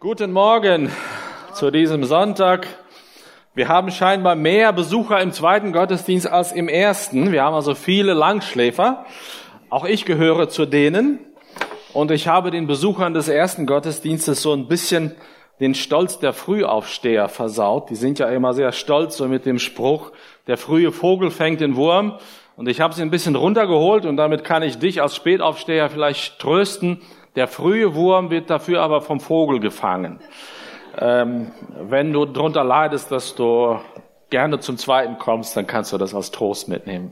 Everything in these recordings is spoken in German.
Guten Morgen zu diesem Sonntag. Wir haben scheinbar mehr Besucher im zweiten Gottesdienst als im ersten. Wir haben also viele Langschläfer. Auch ich gehöre zu denen. Und ich habe den Besuchern des ersten Gottesdienstes so ein bisschen den Stolz der Frühaufsteher versaut. Die sind ja immer sehr stolz, so mit dem Spruch, der frühe Vogel fängt den Wurm. Und ich habe sie ein bisschen runtergeholt und damit kann ich dich als Spätaufsteher vielleicht trösten. Der frühe Wurm wird dafür aber vom Vogel gefangen. Wenn du darunter leidest, dass du gerne zum zweiten kommst, dann kannst du das als Trost mitnehmen.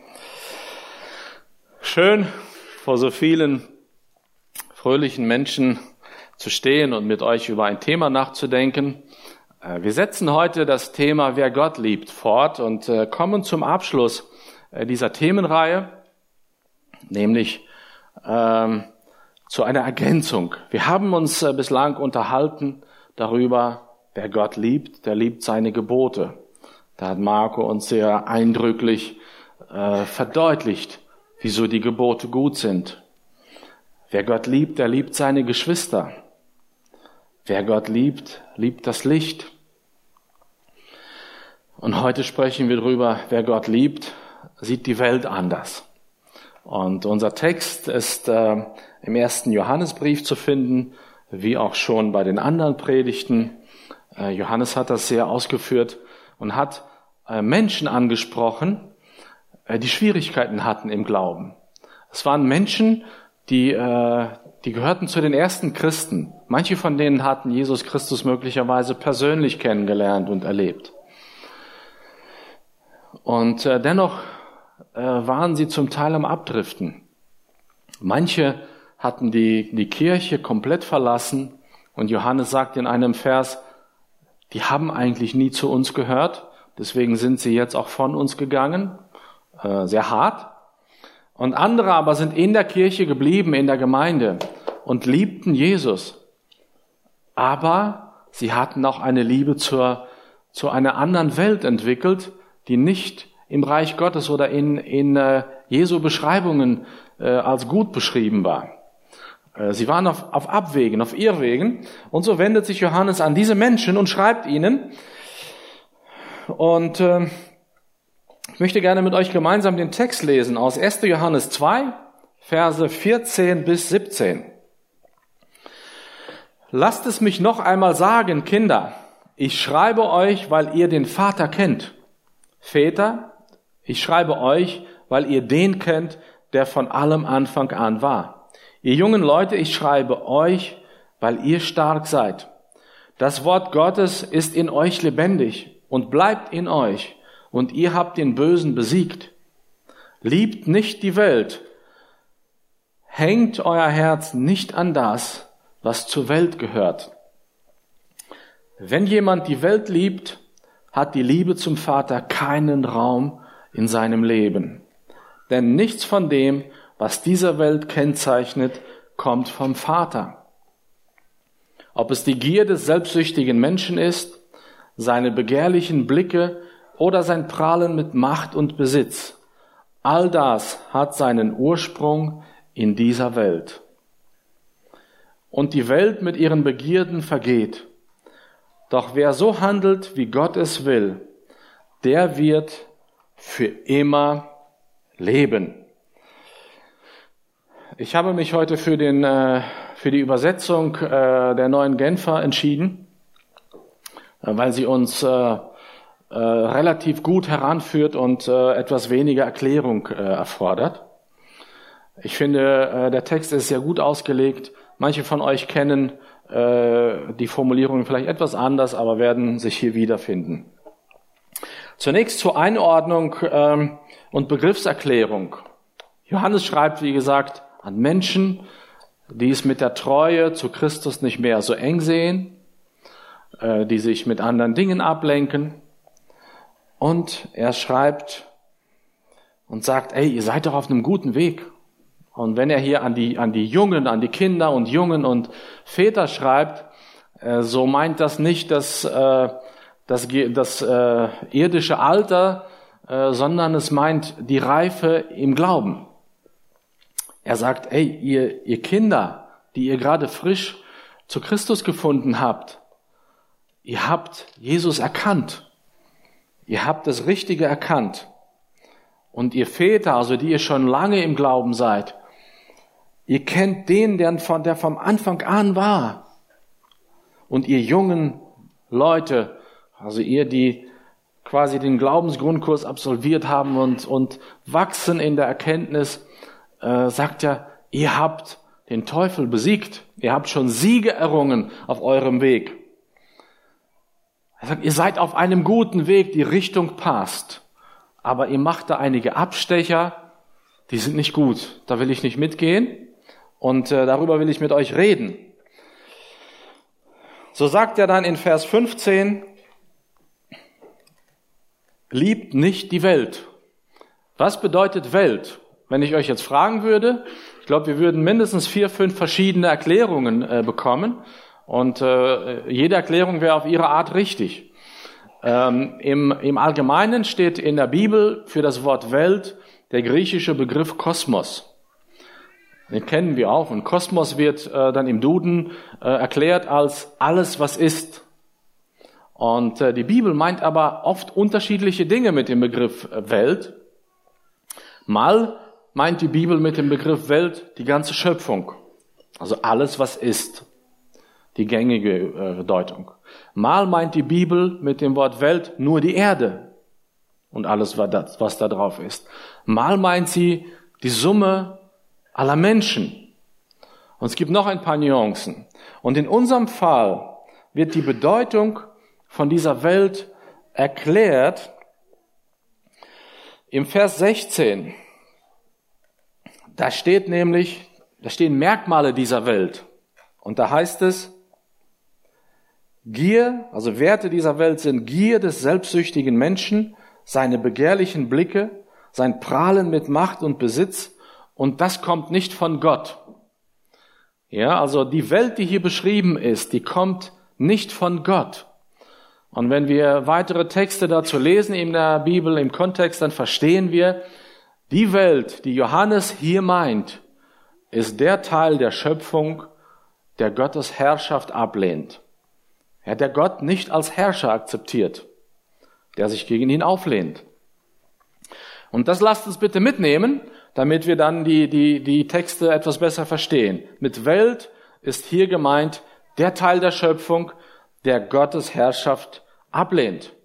Schön, vor so vielen fröhlichen Menschen zu stehen und mit euch über ein Thema nachzudenken. Wir setzen heute das Thema Wer Gott liebt fort und kommen zum Abschluss dieser Themenreihe, nämlich zu einer Ergänzung. Wir haben uns bislang unterhalten darüber, wer Gott liebt, der liebt seine Gebote. Da hat Marco uns sehr eindrücklich verdeutlicht, wieso die Gebote gut sind. Wer Gott liebt, der liebt seine Geschwister. Wer Gott liebt, liebt das Licht. Und heute sprechen wir darüber, wer Gott liebt, sieht die Welt anders. Und unser Text ist im 1. Johannesbrief zu finden, wie auch schon bei den anderen Predigten. Johannes hat das sehr ausgeführt und hat Menschen angesprochen, die Schwierigkeiten hatten im Glauben. Es waren Menschen, die gehörten zu den ersten Christen. Manche von denen hatten Jesus Christus möglicherweise persönlich kennengelernt und erlebt. Und dennoch waren sie zum Teil am Abdriften. Manche hatten die Kirche komplett verlassen und Johannes sagt in einem Vers, die haben eigentlich nie zu uns gehört, deswegen sind sie jetzt auch von uns gegangen, sehr hart. Und andere aber sind in der Kirche geblieben, in der Gemeinde und liebten Jesus. Aber sie hatten auch eine Liebe zu einer anderen Welt entwickelt, die nicht im Reich Gottes oder in Jesu Beschreibungen als gut beschrieben war. Sie waren auf Abwegen, auf Irrwegen. Und so wendet sich Johannes an diese Menschen und schreibt ihnen. Und ich möchte gerne mit euch gemeinsam den Text lesen aus 1. Johannes 2, Verse 14 bis 17. Lasst es mich noch einmal sagen, Kinder, ich schreibe euch, weil ihr den Vater kennt. Väter, ich schreibe euch, weil ihr den kennt, der von allem Anfang an war. Ihr jungen Leute, ich schreibe euch, weil ihr stark seid. Das Wort Gottes ist in euch lebendig und bleibt in euch, und ihr habt den Bösen besiegt. Liebt nicht die Welt. Hängt euer Herz nicht an das, was zur Welt gehört. Wenn jemand die Welt liebt, hat die Liebe zum Vater keinen Raum in seinem Leben. Denn nichts von dem, was diese Welt kennzeichnet, kommt vom Vater. Ob es die Gier des selbstsüchtigen Menschen ist, seine begehrlichen Blicke oder sein Prahlen mit Macht und Besitz, all das hat seinen Ursprung in dieser Welt. Und die Welt mit ihren Begierden vergeht. Doch wer so handelt, wie Gott es will, der wird für immer leben. Ich habe mich heute für die Übersetzung der Neuen Genfer entschieden, weil sie uns relativ gut heranführt und etwas weniger Erklärung erfordert. Ich finde, der Text ist sehr gut ausgelegt. Manche von euch kennen die Formulierungen vielleicht etwas anders, aber werden sich hier wiederfinden. Zunächst zur Einordnung und Begriffserklärung. Johannes schreibt, wie gesagt, an Menschen, die es mit der Treue zu Christus nicht mehr so eng sehen, die sich mit anderen Dingen ablenken. Und er schreibt und sagt, ey, ihr seid doch auf einem guten Weg. Und wenn er hier an die Jungen, an die Kinder und Jungen und Väter schreibt, so meint das nicht das irdische Alter, sondern es meint die Reife im Glauben. Er sagt, ey, ihr Kinder, die ihr gerade frisch zu Christus gefunden habt, ihr habt Jesus erkannt. Ihr habt das Richtige erkannt. Und ihr Väter, also die ihr schon lange im Glauben seid, ihr kennt den, der vom Anfang an war. Und ihr jungen Leute, also ihr, die quasi den Glaubensgrundkurs absolviert haben und wachsen in der Erkenntnis, sagt ja, ihr habt den Teufel besiegt. Ihr habt schon Siege errungen auf eurem Weg. Er sagt, ihr seid auf einem guten Weg, die Richtung passt. Aber ihr macht da einige Abstecher, die sind nicht gut. Da will ich nicht mitgehen und darüber will ich mit euch reden. So sagt er dann in Vers 15, liebt nicht die Welt. Was bedeutet Welt? Wenn ich euch jetzt fragen würde, ich glaube, wir würden mindestens 4, 5 verschiedene Erklärungen bekommen und jede Erklärung wäre auf ihre Art richtig. Im Allgemeinen steht in der Bibel für das Wort Welt der griechische Begriff Kosmos. Den kennen wir auch und Kosmos wird dann im Duden erklärt als alles, was ist. Und die Bibel meint aber oft unterschiedliche Dinge mit dem Begriff Welt. Mal meint die Bibel mit dem Begriff Welt die ganze Schöpfung, also alles, was ist, die gängige Deutung. Mal meint die Bibel mit dem Wort Welt nur die Erde und alles, was da drauf ist. Mal meint sie die Summe aller Menschen. Und es gibt noch ein paar Nuancen. Und in unserem Fall wird die Bedeutung von dieser Welt erklärt im Vers 16. Da stehen Merkmale dieser Welt. Und da heißt es, Gier, also Werte dieser Welt sind Gier des selbstsüchtigen Menschen, seine begehrlichen Blicke, sein Prahlen mit Macht und Besitz, und das kommt nicht von Gott. Ja, also die Welt, die hier beschrieben ist, die kommt nicht von Gott. Und wenn wir weitere Texte dazu lesen in der Bibel, im Kontext, dann verstehen wir, die Welt, die Johannes hier meint, ist der Teil der Schöpfung, der Gottes Herrschaft ablehnt. Ja, der Gott nicht als Herrscher akzeptiert, der sich gegen ihn auflehnt. Und das lasst uns bitte mitnehmen, damit wir dann die Texte etwas besser verstehen. Mit Welt ist hier gemeint der Teil der Schöpfung, der Gottes Herrschaft ablehnt.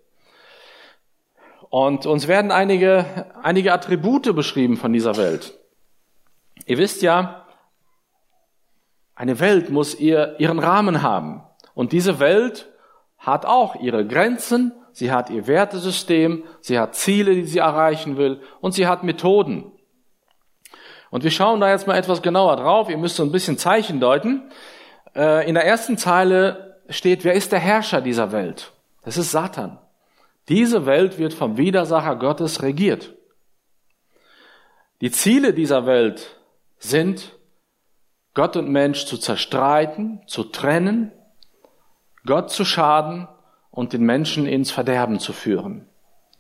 Und uns werden einige Attribute beschrieben von dieser Welt. Ihr wisst ja, eine Welt muss ihren Rahmen haben. Und diese Welt hat auch ihre Grenzen, sie hat ihr Wertesystem, sie hat Ziele, die sie erreichen will, und sie hat Methoden. Und wir schauen da jetzt mal etwas genauer drauf. Ihr müsst so ein bisschen Zeichen deuten. In der ersten Zeile steht, wer ist der Herrscher dieser Welt? Das ist Satan. Diese Welt wird vom Widersacher Gottes regiert. Die Ziele dieser Welt sind, Gott und Mensch zu zerstreiten, zu trennen, Gott zu schaden und den Menschen ins Verderben zu führen.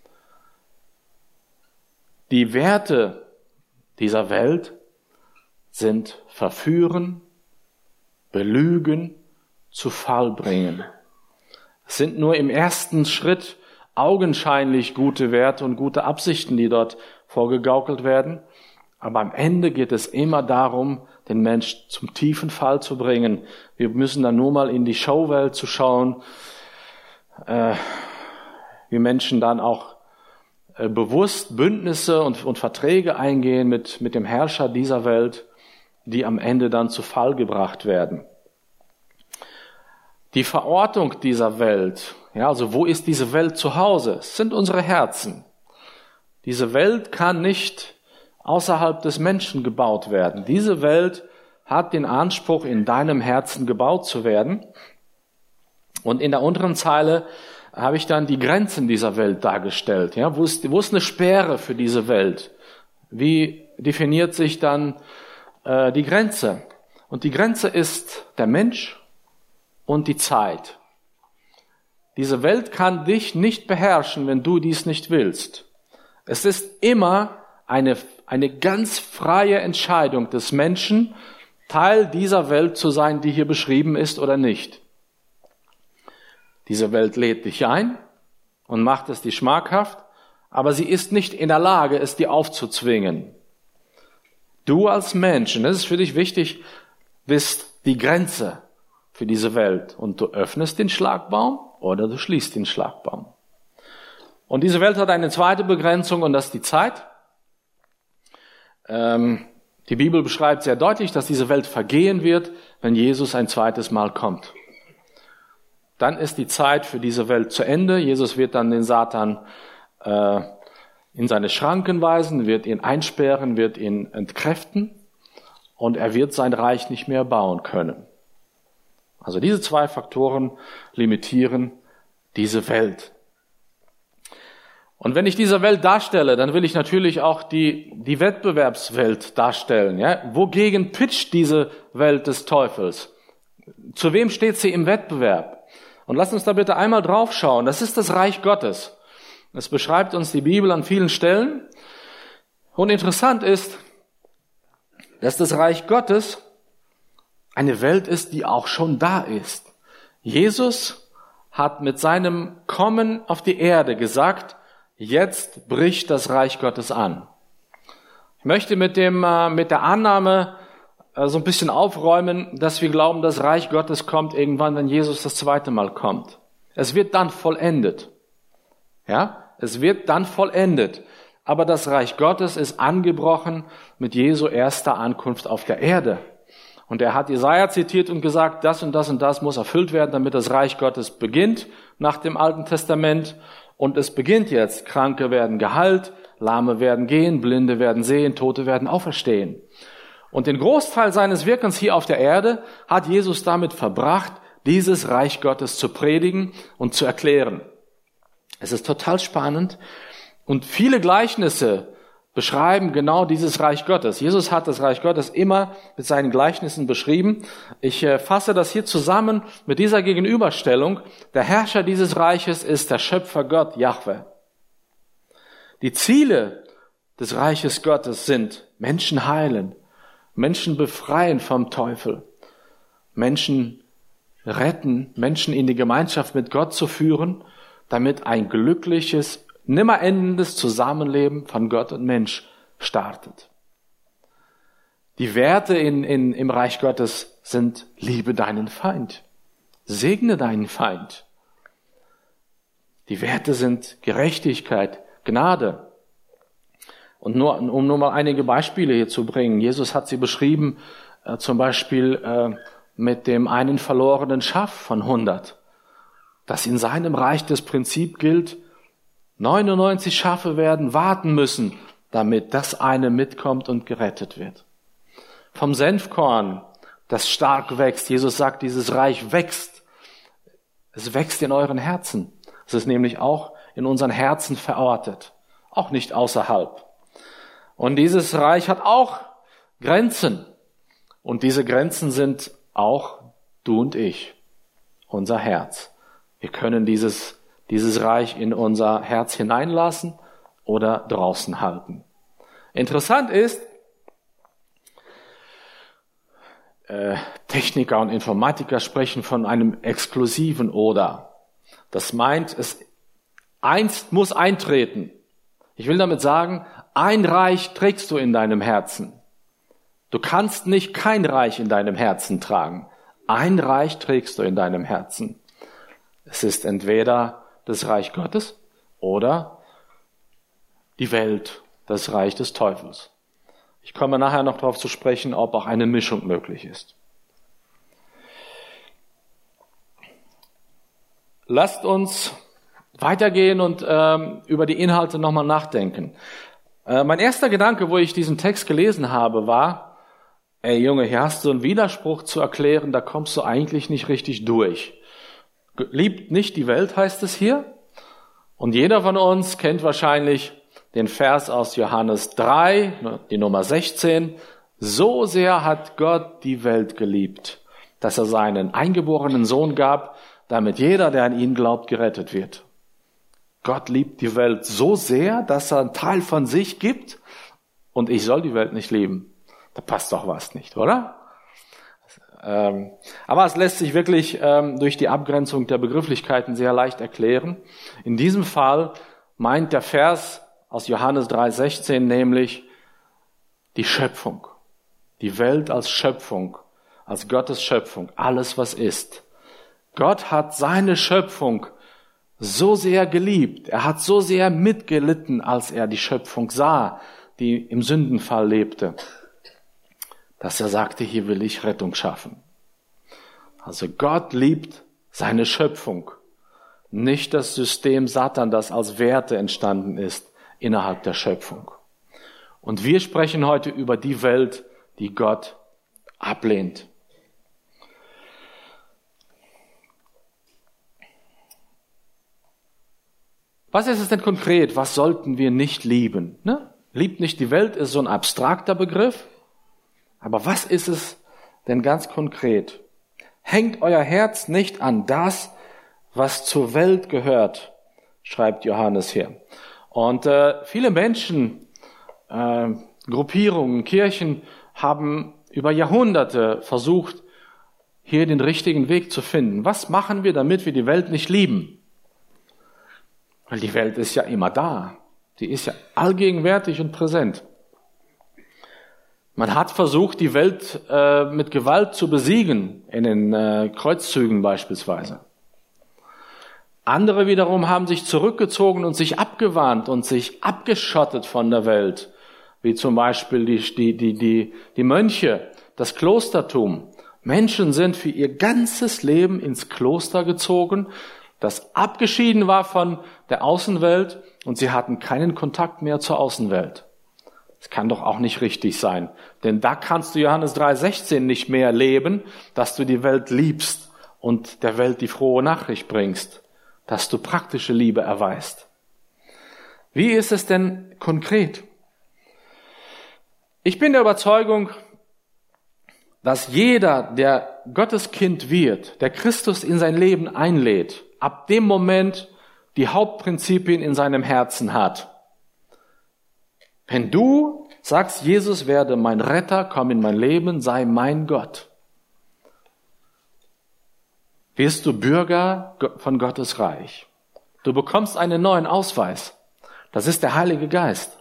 Die Werte dieser Welt sind verführen, belügen, zu Fall bringen. Es sind nur im ersten Schritt augenscheinlich gute Werte und gute Absichten, die dort vorgegaukelt werden. Aber am Ende geht es immer darum, den Mensch zum tiefen Fall zu bringen. Wir müssen dann nur mal in die Showwelt zu schauen, wie Menschen dann auch bewusst Bündnisse und Verträge eingehen mit dem Herrscher dieser Welt, die am Ende dann zu Fall gebracht werden. Die Verortung dieser Welt, ja, also wo ist diese Welt zu Hause? Es sind unsere Herzen. Diese Welt kann nicht außerhalb des Menschen gebaut werden. Diese Welt hat den Anspruch, in deinem Herzen gebaut zu werden. Und in der unteren Zeile habe ich dann die Grenzen dieser Welt dargestellt. Ja, wo ist eine Sperre für diese Welt? Wie definiert sich dann die Grenze? Und die Grenze ist der Mensch und die Zeit. Diese Welt kann dich nicht beherrschen, wenn du dies nicht willst. Es ist immer eine ganz freie Entscheidung des Menschen, Teil dieser Welt zu sein, die hier beschrieben ist oder nicht. Diese Welt lädt dich ein und macht es dir schmackhaft, aber sie ist nicht in der Lage, es dir aufzuzwingen. Du als Mensch, und das ist für dich wichtig, bist die Grenze für diese Welt. Und du öffnest den Schlagbaum oder du schließt den Schlagbaum. Und diese Welt hat eine zweite Begrenzung und das ist die Zeit. Die Bibel beschreibt sehr deutlich, dass diese Welt vergehen wird, wenn Jesus ein zweites Mal kommt. Dann ist die Zeit für diese Welt zu Ende. Jesus wird dann den Satan in seine Schranken weisen, wird ihn einsperren, wird ihn entkräften und er wird sein Reich nicht mehr bauen können. Also diese zwei Faktoren limitieren diese Welt. Und wenn ich diese Welt darstelle, dann will ich natürlich auch die Wettbewerbswelt darstellen. Ja? Wogegen pitcht diese Welt des Teufels? Zu wem steht sie im Wettbewerb? Und lasst uns da bitte einmal drauf schauen. Das ist das Reich Gottes. Das beschreibt uns die Bibel an vielen Stellen. Und interessant ist, dass das Reich Gottes eine Welt ist, die auch schon da ist. Jesus hat mit seinem Kommen auf die Erde gesagt, jetzt bricht das Reich Gottes an. Ich möchte mit der Annahme so ein bisschen aufräumen, dass wir glauben, das Reich Gottes kommt irgendwann, wenn Jesus das zweite Mal kommt. Es wird dann vollendet. Ja, es wird dann vollendet. Aber das Reich Gottes ist angebrochen mit Jesu erster Ankunft auf der Erde. Und er hat Jesaja zitiert und gesagt, das und das und das muss erfüllt werden, damit das Reich Gottes beginnt nach dem Alten Testament. Und es beginnt jetzt. Kranke werden geheilt, Lahme werden gehen, Blinde werden sehen, Tote werden auferstehen. Und den Großteil seines Wirkens hier auf der Erde hat Jesus damit verbracht, dieses Reich Gottes zu predigen und zu erklären. Es ist total spannend und viele Gleichnisse beschreiben genau dieses Reich Gottes. Jesus hat das Reich Gottes immer mit seinen Gleichnissen beschrieben. Ich fasse das hier zusammen mit dieser Gegenüberstellung. Der Herrscher dieses Reiches ist der Schöpfer Gott, Jahwe. Die Ziele des Reiches Gottes sind Menschen heilen, Menschen befreien vom Teufel, Menschen retten, Menschen in die Gemeinschaft mit Gott zu führen, damit ein glückliches, nimmer endendes Zusammenleben von Gott und Mensch startet. Die Werte im Reich Gottes sind: liebe deinen Feind, segne deinen Feind. Die Werte sind Gerechtigkeit, Gnade. Und um nur mal einige Beispiele hier zu bringen. Jesus hat sie beschrieben, zum Beispiel mit dem einen verlorenen Schaf von 100, dass in seinem Reich das Prinzip gilt, 99 Schafe werden warten müssen, damit das eine mitkommt und gerettet wird. Vom Senfkorn, das stark wächst. Jesus sagt, dieses Reich wächst. Es wächst in euren Herzen. Es ist nämlich auch in unseren Herzen verortet, auch nicht außerhalb. Und dieses Reich hat auch Grenzen. Und diese Grenzen sind auch du und ich, unser Herz. Wir können dieses Reich in unser Herz hineinlassen oder draußen halten. Interessant ist, Techniker und Informatiker sprechen von einem exklusiven Oder. Das meint, eins muss eintreten. Ich will damit sagen, ein Reich trägst du in deinem Herzen. Du kannst nicht kein Reich in deinem Herzen tragen. Ein Reich trägst du in deinem Herzen. Es ist entweder das Reich Gottes oder die Welt, das Reich des Teufels. Ich komme nachher noch darauf zu sprechen, ob auch eine Mischung möglich ist. Lasst uns weitergehen und über die Inhalte nochmal nachdenken. Mein erster Gedanke, wo ich diesen Text gelesen habe, war, ey Junge, hier hast du einen Widerspruch zu erklären, da kommst du eigentlich nicht richtig durch. Liebt nicht die Welt, heißt es hier. Und jeder von uns kennt wahrscheinlich den Vers aus Johannes 3, die Nummer 16. So sehr hat Gott die Welt geliebt, dass er seinen eingeborenen Sohn gab, damit jeder, der an ihn glaubt, gerettet wird. Gott liebt die Welt so sehr, dass er einen Teil von sich gibt und ich soll die Welt nicht lieben. Da passt doch was nicht, oder? Aber es lässt sich wirklich durch die Abgrenzung der Begrifflichkeiten sehr leicht erklären. In diesem Fall meint der Vers aus Johannes 3,16 nämlich die Schöpfung. Die Welt als Schöpfung, als Gottes Schöpfung, alles was ist. Gott hat seine Schöpfung so sehr geliebt. Er hat so sehr mitgelitten, als er die Schöpfung sah, die im Sündenfall lebte, dass er sagte, hier will ich Rettung schaffen. Also Gott liebt seine Schöpfung, nicht das System Satan, das als Werte entstanden ist innerhalb der Schöpfung. Und wir sprechen heute über die Welt, die Gott ablehnt. Was ist es denn konkret? Was sollten wir nicht lieben? Ne? Liebt nicht die Welt ist so ein abstrakter Begriff. Aber was ist es denn ganz konkret? Hängt euer Herz nicht an das, was zur Welt gehört, schreibt Johannes hier. Und viele Menschen, Gruppierungen, Kirchen haben über Jahrhunderte versucht, hier den richtigen Weg zu finden. Was machen wir, damit wir die Welt nicht lieben? Weil die Welt ist ja immer da. Die ist ja allgegenwärtig und präsent. Man hat versucht, die Welt mit Gewalt zu besiegen, in den Kreuzzügen beispielsweise. Andere wiederum haben sich zurückgezogen und sich abgewandt und sich abgeschottet von der Welt, wie zum Beispiel die Mönche, das Klostertum. Menschen sind für ihr ganzes Leben ins Kloster gezogen, das abgeschieden war von der Außenwelt und sie hatten keinen Kontakt mehr zur Außenwelt. Das kann doch auch nicht richtig sein, denn da kannst du Johannes 3,16 nicht mehr leben, dass du die Welt liebst und der Welt die frohe Nachricht bringst, dass du praktische Liebe erweist. Wie ist es denn konkret? Ich bin der Überzeugung, dass jeder, der Gottes Kind wird, der Christus in sein Leben einlädt, ab dem Moment die Hauptprinzipien in seinem Herzen hat. Wenn du sagst, Jesus werde mein Retter, komm in mein Leben, sei mein Gott, wirst du Bürger von Gottes Reich. Du bekommst einen neuen Ausweis. Das ist der Heilige Geist.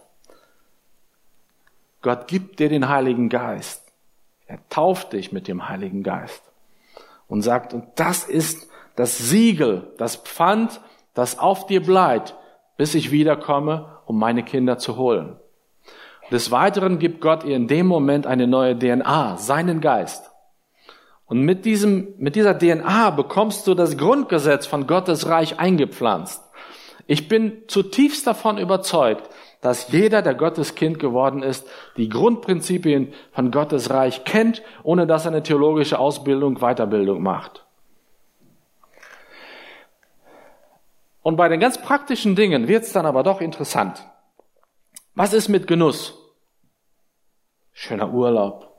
Gott gibt dir den Heiligen Geist. Er tauft dich mit dem Heiligen Geist und sagt, und das ist das Siegel, das Pfand, das auf dir bleibt, bis ich wiederkomme, um meine Kinder zu holen. Des Weiteren gibt Gott ihr in dem Moment eine neue DNA, seinen Geist. Und mit dieser DNA bekommst du das Grundgesetz von Gottes Reich eingepflanzt. Ich bin zutiefst davon überzeugt, dass jeder, der Gottes Kind geworden ist, die Grundprinzipien von Gottes Reich kennt, ohne dass er eine theologische Ausbildung, Weiterbildung macht. Und bei den ganz praktischen Dingen wird es dann aber doch interessant. Was ist mit Genuss? Schöner Urlaub,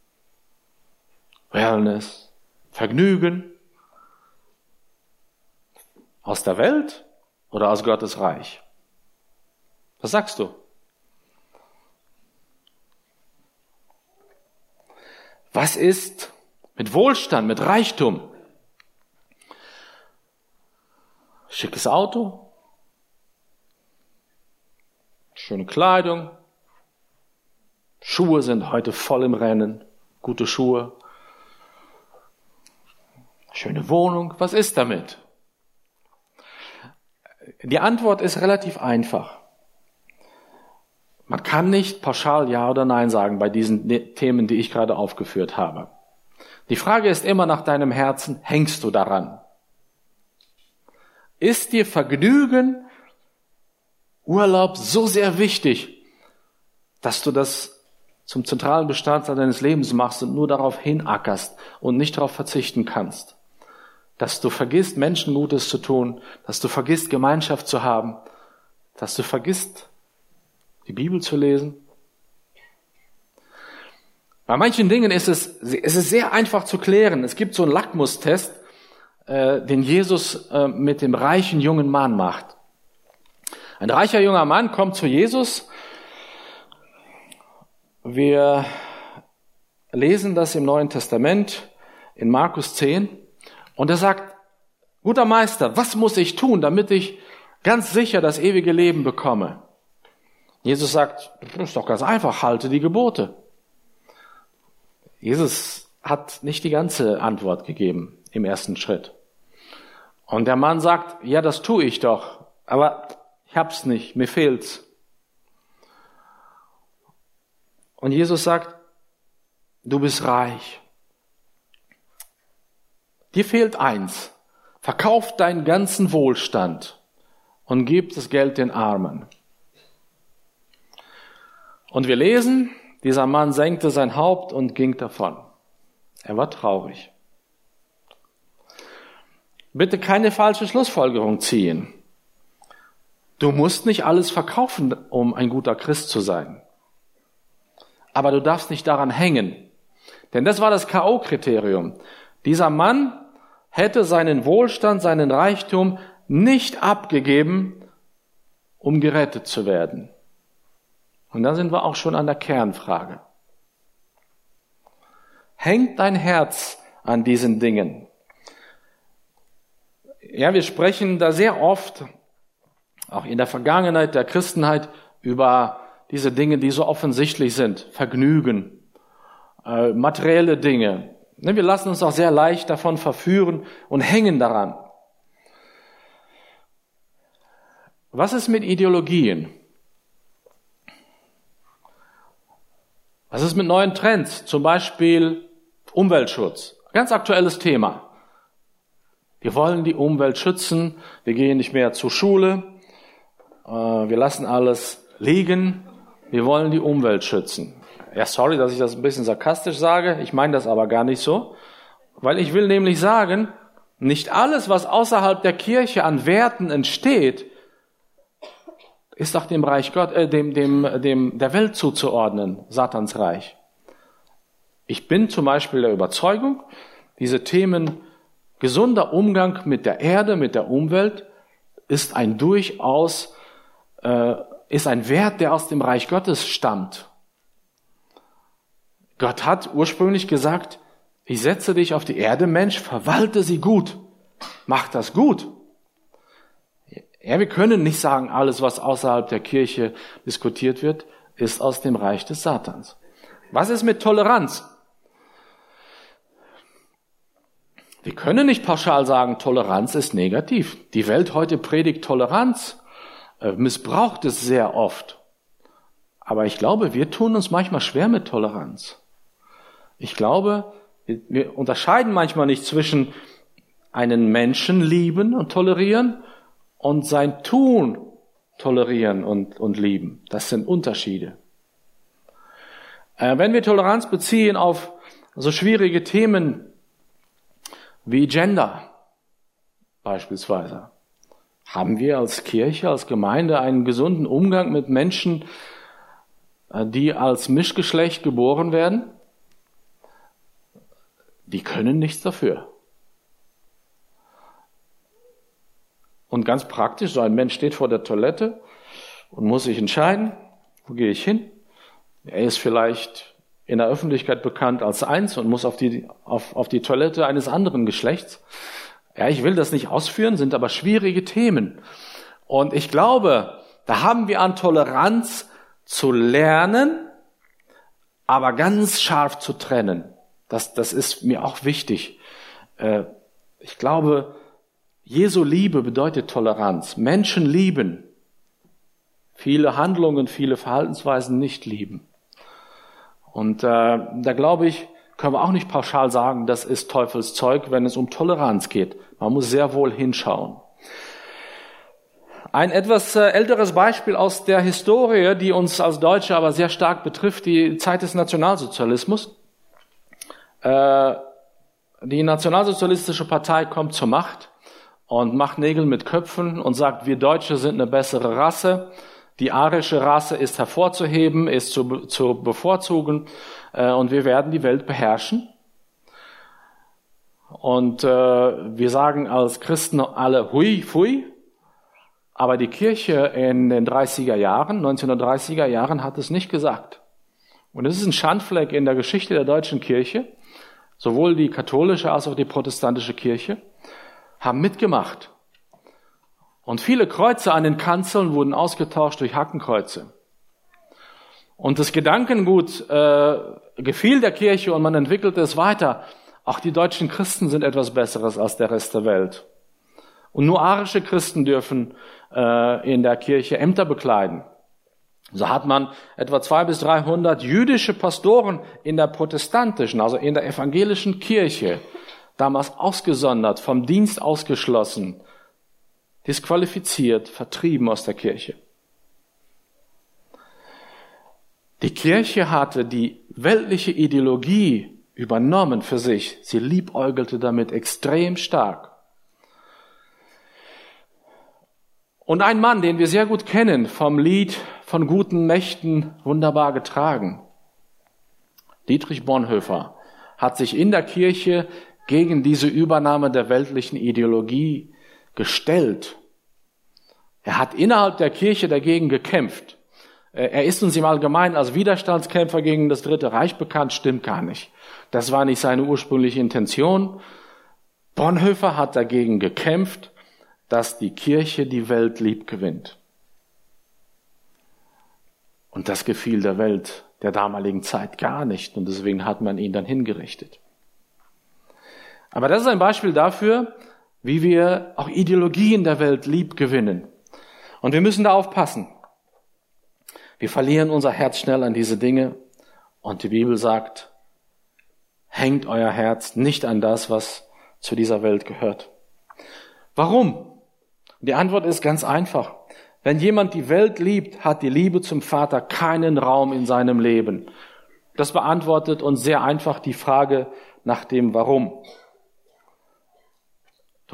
Wellness, Vergnügen. Aus der Welt oder aus Gottes Reich? Was sagst du? Was ist mit Wohlstand, mit Reichtum? Schickes Auto, schöne Kleidung, Schuhe sind heute voll im Rennen, gute Schuhe, schöne Wohnung. Was ist damit? Die Antwort ist relativ einfach. Man kann nicht pauschal Ja oder Nein sagen bei diesen Themen, die ich gerade aufgeführt habe. Die Frage ist immer nach deinem Herzen, hängst du daran? Ist dir Vergnügen, Urlaub so sehr wichtig, dass du das zum zentralen Bestandteil deines Lebens machst und nur darauf hinackerst und nicht darauf verzichten kannst? Dass du vergisst, Menschen Gutes zu tun, dass du vergisst, Gemeinschaft zu haben, dass du vergisst, die Bibel zu lesen? Bei manchen Dingen ist es sehr einfach zu klären. Es gibt so einen Lackmustest, den Jesus mit dem reichen jungen Mann macht. Ein reicher junger Mann kommt zu Jesus. Wir lesen das im Neuen Testament. in Markus 10. Und er sagt, guter Meister, was muss ich tun, damit ich ganz sicher das ewige Leben bekomme? Jesus sagt, das ist doch ganz einfach, halte die Gebote. Jesus hat nicht die ganze Antwort gegeben im ersten Schritt. Und der Mann sagt, ja, das tue ich doch, aber ich hab's nicht, mir fehlt's. Und Jesus sagt, du bist reich. Dir fehlt eins. Verkauf deinen ganzen Wohlstand und gib das Geld den Armen. Und wir lesen, dieser Mann senkte sein Haupt und ging davon. Er war traurig. Bitte keine falsche Schlussfolgerung ziehen. Du musst nicht alles verkaufen, um ein guter Christ zu sein. Aber du darfst nicht daran hängen. Denn das war das K.O.-Kriterium. Dieser Mann hätte seinen Wohlstand, seinen Reichtum nicht abgegeben, um gerettet zu werden. Und da sind wir auch schon an der Kernfrage. Hängt dein Herz an diesen Dingen? Ja, wir sprechen da sehr oft, auch in der Vergangenheit der Christenheit, über diese Dinge, die so offensichtlich sind. Vergnügen, materielle Dinge. Wir lassen uns auch sehr leicht davon verführen und hängen daran. Was ist mit Ideologien? Was ist mit neuen Trends? Zum Beispiel Umweltschutz. Ganz aktuelles Thema. Wir wollen die Umwelt schützen. Wir gehen nicht mehr zur Schule. Wir lassen alles liegen. Wir wollen die Umwelt schützen. Ja, sorry, dass ich das ein bisschen sarkastisch sage. Ich meine das aber gar nicht so. Weil ich will nämlich sagen, nicht alles, was außerhalb der Kirche an Werten entsteht, ist doch dem Reich Gott, der Welt zuzuordnen, Satans Reich. Ich bin zum Beispiel der Überzeugung, diese Themen gesunder Umgang mit der Erde, mit der Umwelt, ist ein Wert, der aus dem Reich Gottes stammt. Gott hat ursprünglich gesagt, ich setze dich auf die Erde, Mensch, verwalte sie gut, mach das gut. Ja, wir können nicht sagen, alles, was außerhalb der Kirche diskutiert wird, ist aus dem Reich des Satans. Was ist mit Toleranz? Wir können nicht pauschal sagen, Toleranz ist negativ. Die Welt heute predigt Toleranz, missbraucht es sehr oft. Aber ich glaube, wir tun uns manchmal schwer mit Toleranz. Ich glaube, wir unterscheiden manchmal nicht zwischen einen Menschen lieben und tolerieren und sein Tun tolerieren und lieben. Das sind Unterschiede. Wenn wir Toleranz beziehen auf so schwierige Themen wie Gender beispielsweise, haben wir als Kirche, als Gemeinde einen gesunden Umgang mit Menschen, die als Mischgeschlecht geboren werden? Die können nichts dafür. Und ganz praktisch, so ein Mensch steht vor der Toilette und muss sich entscheiden, wo gehe ich hin? Er ist vielleicht in der Öffentlichkeit bekannt als eins und muss auf die Toilette eines anderen Geschlechts. Ja, ich will das nicht ausführen, sind aber schwierige Themen. Und ich glaube, da haben wir an Toleranz zu lernen, aber ganz scharf zu trennen. Das ist mir auch wichtig. Ich glaube, Jesu Liebe bedeutet Toleranz. Menschen lieben. Viele Handlungen, viele Verhaltensweisen nicht lieben. Und da glaube ich, können wir auch nicht pauschal sagen, das ist Teufelszeug, wenn es um Toleranz geht. Man muss sehr wohl hinschauen. Ein etwas älteres Beispiel aus der Historie, die uns als Deutsche aber sehr stark betrifft, die Zeit des Nationalsozialismus. Die Nationalsozialistische Partei kommt zur Macht und macht Nägel mit Köpfen und sagt, wir Deutsche sind eine bessere Rasse. Die arische Rasse ist hervorzuheben, ist zu bevorzugen und wir werden die Welt beherrschen. Und wir sagen als Christen alle hui, pfui, aber die Kirche in den 1930er Jahren hat es nicht gesagt. Und es ist ein Schandfleck in der Geschichte der deutschen Kirche, sowohl die katholische als auch die protestantische Kirche, haben mitgemacht. Und viele Kreuze an den Kanzeln wurden ausgetauscht durch Hakenkreuze. Und das Gedankengut gefiel der Kirche und man entwickelte es weiter. Auch die deutschen Christen sind etwas Besseres als der Rest der Welt. Und nur arische Christen dürfen in der Kirche Ämter bekleiden. So hat man etwa 200 bis 300 jüdische Pastoren in der protestantischen, also in der evangelischen Kirche, damals ausgesondert, vom Dienst ausgeschlossen, disqualifiziert, vertrieben aus der Kirche. Die Kirche hatte die weltliche Ideologie übernommen für sich. Sie liebäugelte damit extrem stark. Und ein Mann, den wir sehr gut kennen, vom Lied von guten Mächten wunderbar getragen, Dietrich Bonhoeffer, hat sich in der Kirche gegen diese Übernahme der weltlichen Ideologie gestellt. Er hat innerhalb der Kirche dagegen gekämpft. Er ist uns im Allgemeinen als Widerstandskämpfer gegen das Dritte Reich bekannt, stimmt gar nicht. Das war nicht seine ursprüngliche Intention. Bonhoeffer hat dagegen gekämpft, dass die Kirche die Welt lieb gewinnt. Und das gefiel der Welt der damaligen Zeit gar nicht und deswegen hat man ihn dann hingerichtet. Aber das ist ein Beispiel dafür, wie wir auch Ideologien der Welt lieb gewinnen. Und wir müssen da aufpassen. Wir verlieren unser Herz schnell an diese Dinge und die Bibel sagt, hängt euer Herz nicht an das, was zu dieser Welt gehört. Warum? Die Antwort ist ganz einfach. Wenn jemand die Welt liebt, hat die Liebe zum Vater keinen Raum in seinem Leben. Das beantwortet uns sehr einfach die Frage nach dem Warum. Du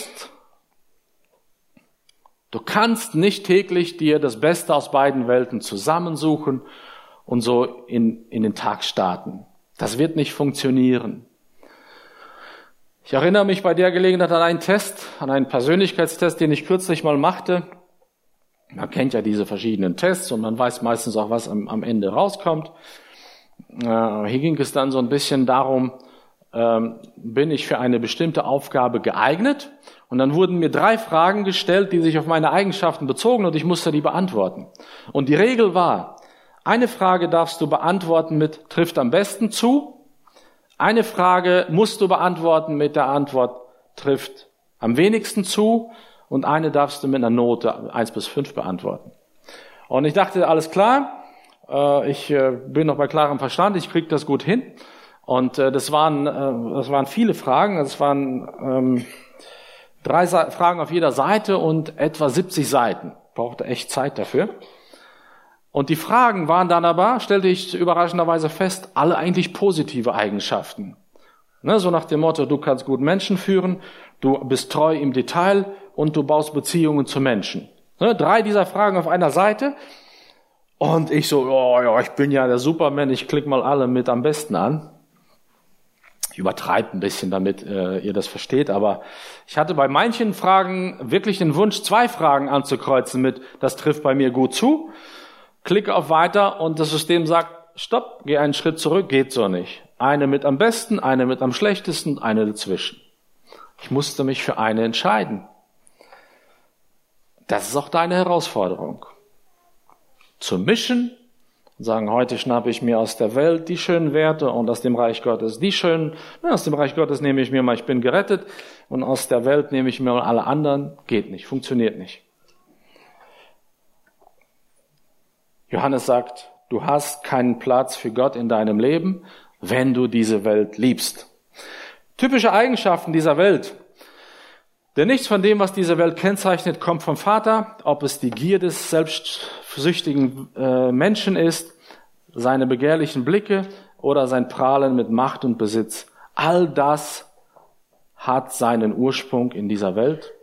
kannst nicht täglich dir das Beste aus beiden Welten zusammensuchen und so in den Tag starten. Das wird nicht funktionieren. Ich erinnere mich bei der Gelegenheit an einen Persönlichkeitstest, den ich kürzlich mal machte. Man kennt ja diese verschiedenen Tests und man weiß meistens auch, was am Ende rauskommt. Hier ging es dann so ein bisschen darum, bin ich für eine bestimmte Aufgabe geeignet? Und dann wurden mir 3 Fragen gestellt, die sich auf meine Eigenschaften bezogen und ich musste die beantworten. Und die Regel war, eine Frage darfst du beantworten mit trifft am besten zu, eine Frage musst du beantworten mit der Antwort trifft am wenigsten zu und eine darfst du mit einer Note 1 bis 5 beantworten. Und ich dachte, alles klar, ich bin noch bei klarem Verstand, ich krieg das gut hin. Und das waren viele Fragen, es waren 3 Fragen auf jeder Seite und etwa 70 Seiten. Brauchte echt Zeit dafür. Und die Fragen waren dann aber, stellte ich überraschenderweise fest, alle eigentlich positive Eigenschaften. Ne, so nach dem Motto, du kannst gut Menschen führen, du bist treu im Detail und du baust Beziehungen zu Menschen. Ne, 3 dieser Fragen auf einer Seite. Und ich so, ich bin ja der Superman, ich klicke mal alle mit am besten an. Ich übertreibe ein bisschen, damit ihr das versteht, aber ich hatte bei manchen Fragen wirklich den Wunsch, 2 Fragen anzukreuzen mit, das trifft bei mir gut zu. Klicke auf Weiter und das System sagt, stopp, geh einen Schritt zurück, geht so nicht. Eine mit am besten, eine mit am schlechtesten, eine dazwischen. Ich musste mich für eine entscheiden. Das ist auch deine Herausforderung. Zu mischen und sagen, heute schnappe ich mir aus der Welt die schönen Werte und aus dem Reich Gottes die schönen. Aus dem Reich Gottes nehme ich mir mal, ich bin gerettet und aus der Welt nehme ich mir mal alle anderen. Geht nicht, funktioniert nicht. Johannes sagt, du hast keinen Platz für Gott in deinem Leben, wenn du diese Welt liebst. Typische Eigenschaften dieser Welt. Denn nichts von dem, was diese Welt kennzeichnet, kommt vom Vater, ob es die Gier des selbstsüchtigen Menschen ist, seine begehrlichen Blicke oder sein Prahlen mit Macht und Besitz. All das hat seinen Ursprung in dieser Welt.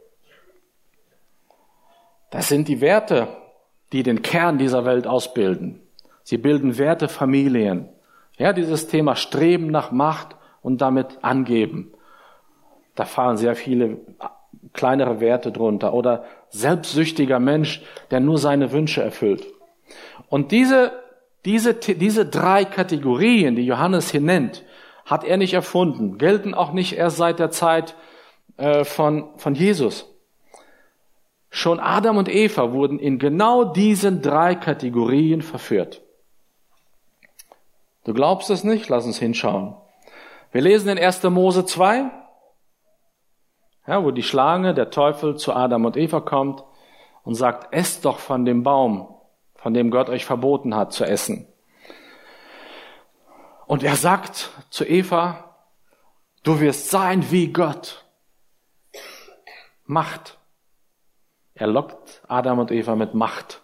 Das sind die Werte, die den Kern dieser Welt ausbilden. Sie bilden Wertefamilien. Ja, dieses Thema Streben nach Macht und damit angeben. Da fallen sehr viele kleinere Werte drunter. Oder selbstsüchtiger Mensch, der nur seine Wünsche erfüllt. Und diese 3 Kategorien, die Johannes hier nennt, hat er nicht erfunden, gelten auch nicht erst seit der Zeit von Jesus. Schon Adam und Eva wurden in genau diesen 3 Kategorien verführt. Du glaubst es nicht? Lass uns hinschauen. Wir lesen in 1. Mose 2, ja, wo die Schlange, der Teufel, zu Adam und Eva kommt und sagt, esst doch von dem Baum, von dem Gott euch verboten hat zu essen. Und er sagt zu Eva, du wirst sein wie Gott. Macht. Er lockt Adam und Eva mit Macht.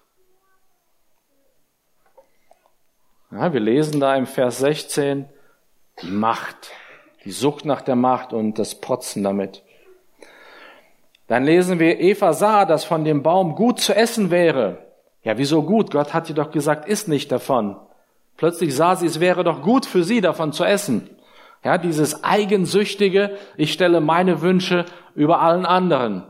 Ja, wir lesen da im Vers 16, die Macht, die Sucht nach der Macht und das Protzen damit. Dann lesen wir, Eva sah, dass von dem Baum gut zu essen wäre. Ja, wieso gut? Gott hat ihr doch gesagt, iss nicht davon. Plötzlich sah sie, es wäre doch gut für sie, davon zu essen. Ja, dieses eigensüchtige, ich stelle meine Wünsche über allen anderen.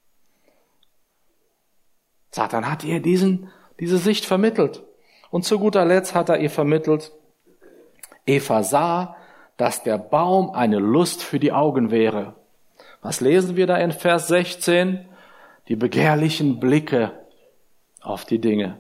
Satan hat ihr diese Sicht vermittelt. Und zu guter Letzt hat er ihr vermittelt, Eva sah, dass der Baum eine Lust für die Augen wäre. Was lesen wir da in Vers 16? Die begehrlichen Blicke auf die Dinge.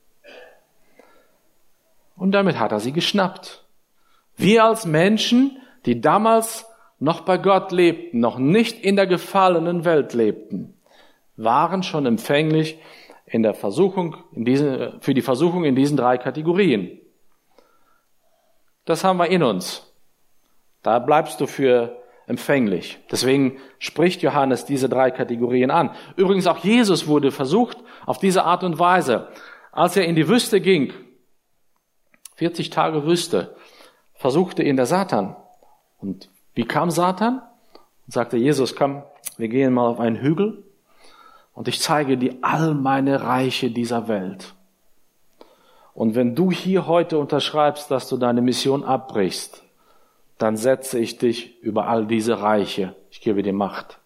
Und damit hat er sie geschnappt. Wir als Menschen, die damals noch bei Gott lebten, noch nicht in der gefallenen Welt lebten, waren schon empfänglich für die Versuchung in diesen 3 Kategorien. Das haben wir in uns. Da bleibst du für empfänglich. Deswegen spricht Johannes diese 3 Kategorien an. Übrigens auch Jesus wurde versucht auf diese Art und Weise. Als er in die Wüste ging, 40 Tage Wüste, versuchte ihn der Satan. Und wie kam Satan? Und sagte Jesus, komm, wir gehen mal auf einen Hügel und ich zeige dir all meine Reiche dieser Welt. Und wenn du hier heute unterschreibst, dass du deine Mission abbrichst, dann setze ich dich über all diese Reiche. Ich gebe dir Macht.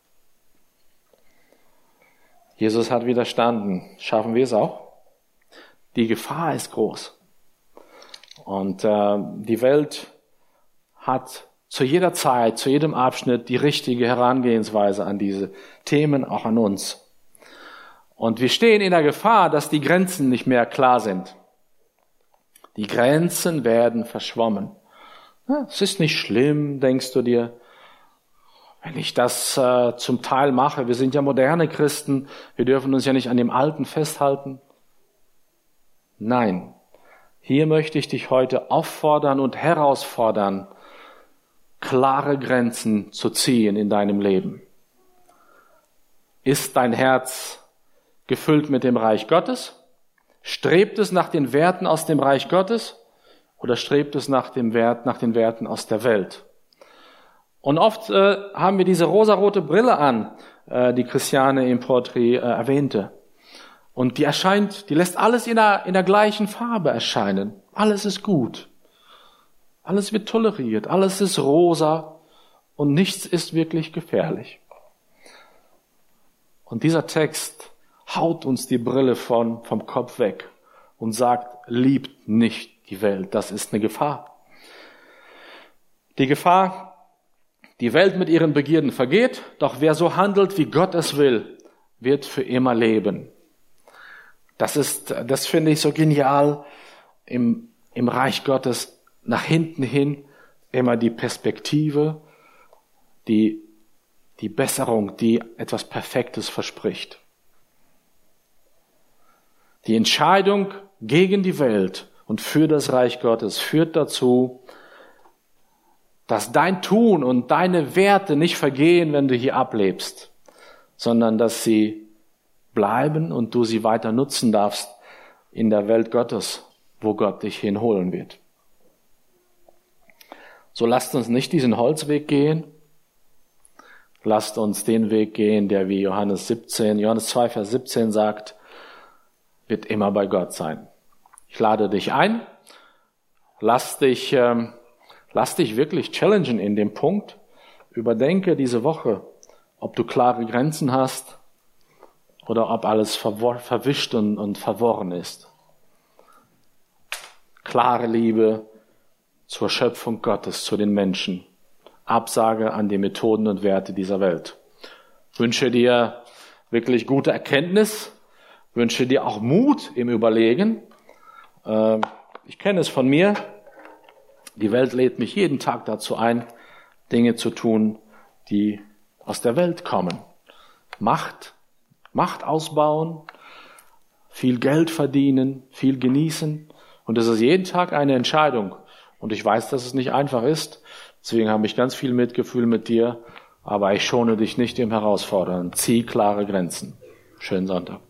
Jesus hat widerstanden. Schaffen wir es auch? Die Gefahr ist groß. Und die Welt hat zu jeder Zeit, zu jedem Abschnitt die richtige Herangehensweise an diese Themen, auch an uns. Und wir stehen in der Gefahr, dass die Grenzen nicht mehr klar sind. Die Grenzen werden verschwommen. Ja, es ist nicht schlimm, denkst du dir, wenn ich das zum Teil mache. Wir sind ja moderne Christen, wir dürfen uns ja nicht an dem Alten festhalten. Nein, hier möchte ich dich heute auffordern und herausfordern, klare Grenzen zu ziehen in deinem Leben. Ist dein Herz gefüllt mit dem Reich Gottes? Strebt es nach den Werten aus dem Reich Gottes oder strebt es nach den Werten aus der Welt? Und oft haben wir diese rosarote Brille an, die Christiane im Porträt erwähnte. Und die lässt alles in der gleichen Farbe erscheinen. Alles ist gut. Alles wird toleriert. Alles ist rosa. Und nichts ist wirklich gefährlich. Und dieser Text haut uns die Brille vom Kopf weg und sagt, liebt nicht die Welt. Das ist eine Gefahr. Die Gefahr, die Welt mit ihren Begierden vergeht, doch wer so handelt, wie Gott es will, wird für immer leben. Das finde ich so genial im Reich Gottes, nach hinten hin immer die Perspektive, die Besserung, die etwas Perfektes verspricht. Die Entscheidung gegen die Welt und für das Reich Gottes führt dazu, dass dein Tun und deine Werte nicht vergehen, wenn du hier ablebst, sondern dass sie bleiben und du sie weiter nutzen darfst in der Welt Gottes, wo Gott dich hinholen wird. So lasst uns nicht diesen Holzweg gehen, lasst uns den Weg gehen, der wie Johannes 2, Vers 17 sagt, wird immer bei Gott sein. Ich lade dich ein, lass dich wirklich challengen in dem Punkt. Überdenke diese Woche, ob du klare Grenzen hast oder ob alles verwischt und verworren ist. Klare Liebe, zur Schöpfung Gottes, zu den Menschen. Absage an die Methoden und Werte dieser Welt. Ich wünsche dir wirklich gute Erkenntnis, wünsche dir auch Mut im Überlegen. Ich kenne es von mir. Die Welt lädt mich jeden Tag dazu ein, Dinge zu tun, die aus der Welt kommen. Macht ausbauen, viel Geld verdienen, viel genießen. Und das ist jeden Tag eine Entscheidung. Und ich weiß, dass es nicht einfach ist. Deswegen habe ich ganz viel Mitgefühl mit dir. Aber ich schone dich nicht im Herausfordern. Zieh klare Grenzen. Schönen Sonntag.